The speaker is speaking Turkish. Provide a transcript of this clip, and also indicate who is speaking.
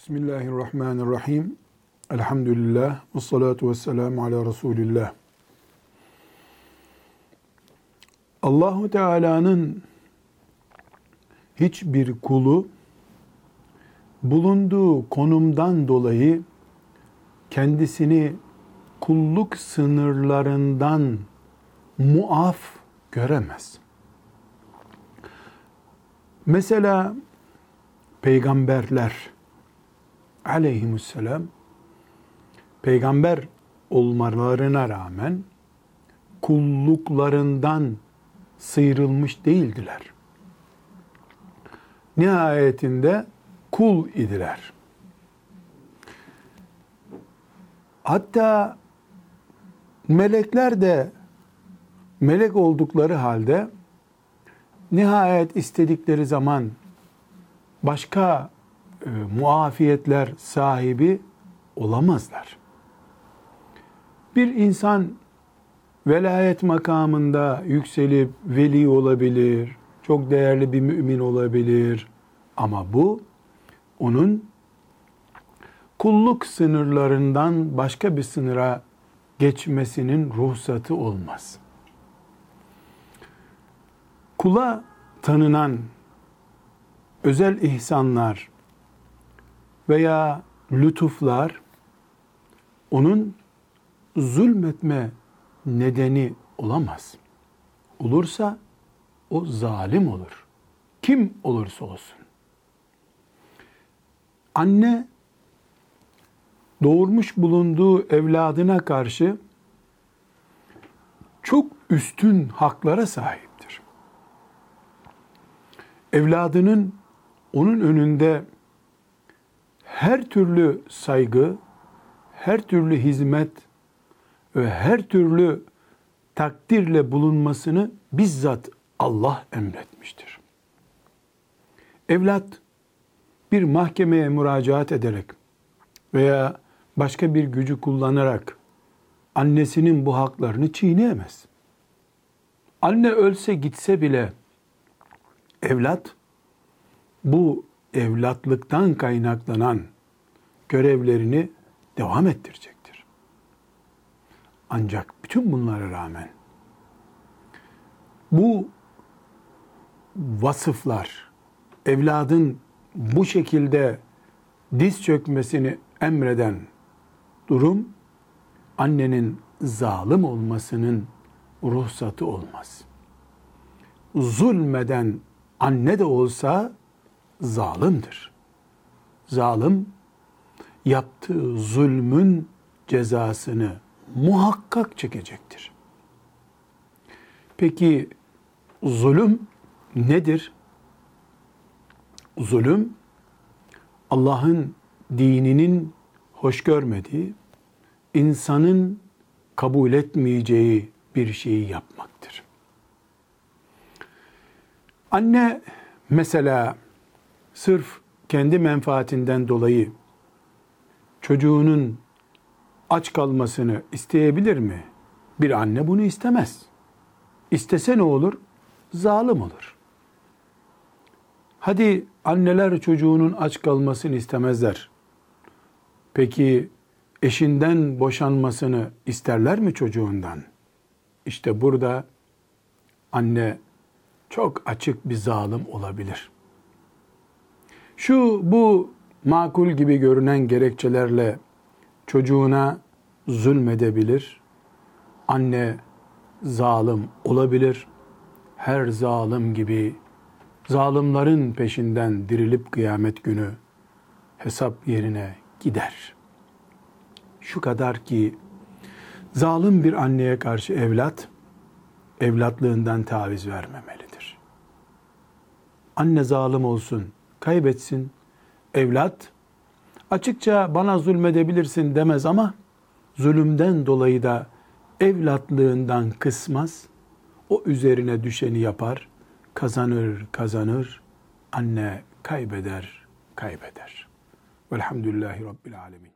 Speaker 1: Bismillahirrahmanirrahim. Elhamdülillah. Ve salatu ve selamu ala Resulillah. Allahu Teala'nın hiçbir kulu bulunduğu konumdan dolayı kendisini kulluk sınırlarından muaf göremez. Mesela peygamberler aleyhisselam peygamber olmalarına rağmen kulluklarından sıyrılmış değildiler. Nihayetinde kul idiler. Hatta melekler de melek oldukları halde nihayet istedikleri zaman başka muafiyetler sahibi olamazlar. Bir insan velayet makamında yükselip veli olabilir, çok değerli bir mümin olabilir ama bu onun kulluk sınırlarından başka bir sınıra geçmesinin ruhsatı olmaz. Kula tanınan özel ihsanlar veya lütuflar onun zulmetme nedeni olamaz. Olursa o zalim olur. Kim olursa olsun. Anne doğurmuş bulunduğu evladına karşı çok üstün haklara sahiptir. Evladının onun önünde her türlü saygı, her türlü hizmet ve her türlü takdirle bulunmasını bizzat Allah emretmiştir. Evlat bir mahkemeye müracaat ederek veya başka bir gücü kullanarak annesinin bu haklarını çiğneyemez. Anne ölse gitse bile evlat bu evlatlıktan kaynaklanan görevlerini devam ettirecektir. Ancak bütün bunlara rağmen bu vasıflar, evladın bu şekilde diz çökmesini emreden durum, annenin zalim olmasının ruhsatı olmaz. Zulmeden anne de olsa zalimdir. Zalim, yaptığı zulmün cezasını muhakkak çekecektir. Peki zulüm nedir? Zulüm, Allah'ın dininin hoş görmediği, insanın kabul etmeyeceği bir şeyi yapmaktır. Anne mesela sırf kendi menfaatinden dolayı çocuğunun aç kalmasını isteyebilir mi? Bir anne bunu istemez. İstese ne olur? Zalim olur. Hadi anneler çocuğunun aç kalmasını istemezler. Peki eşinden boşanmasını isterler mi çocuğundan? İşte burada anne çok açık bir zalim olabilir. Bu makul gibi görünen gerekçelerle çocuğuna zulmedebilir. Anne zalim olabilir. Her zalim gibi zalimlerin peşinden dirilip kıyamet günü hesap yerine gider. Şu kadar ki zalim bir anneye karşı evlat evlatlığından taviz vermemelidir. Anne zalim olsun, kaybetsin. Evlat açıkça bana zulmedebilirsin demez ama zulümden dolayı da evlatlığından kısmaz. O üzerine düşeni yapar. Kazanır. Anne kaybeder. Velhamdülillahi Rabbil alemin.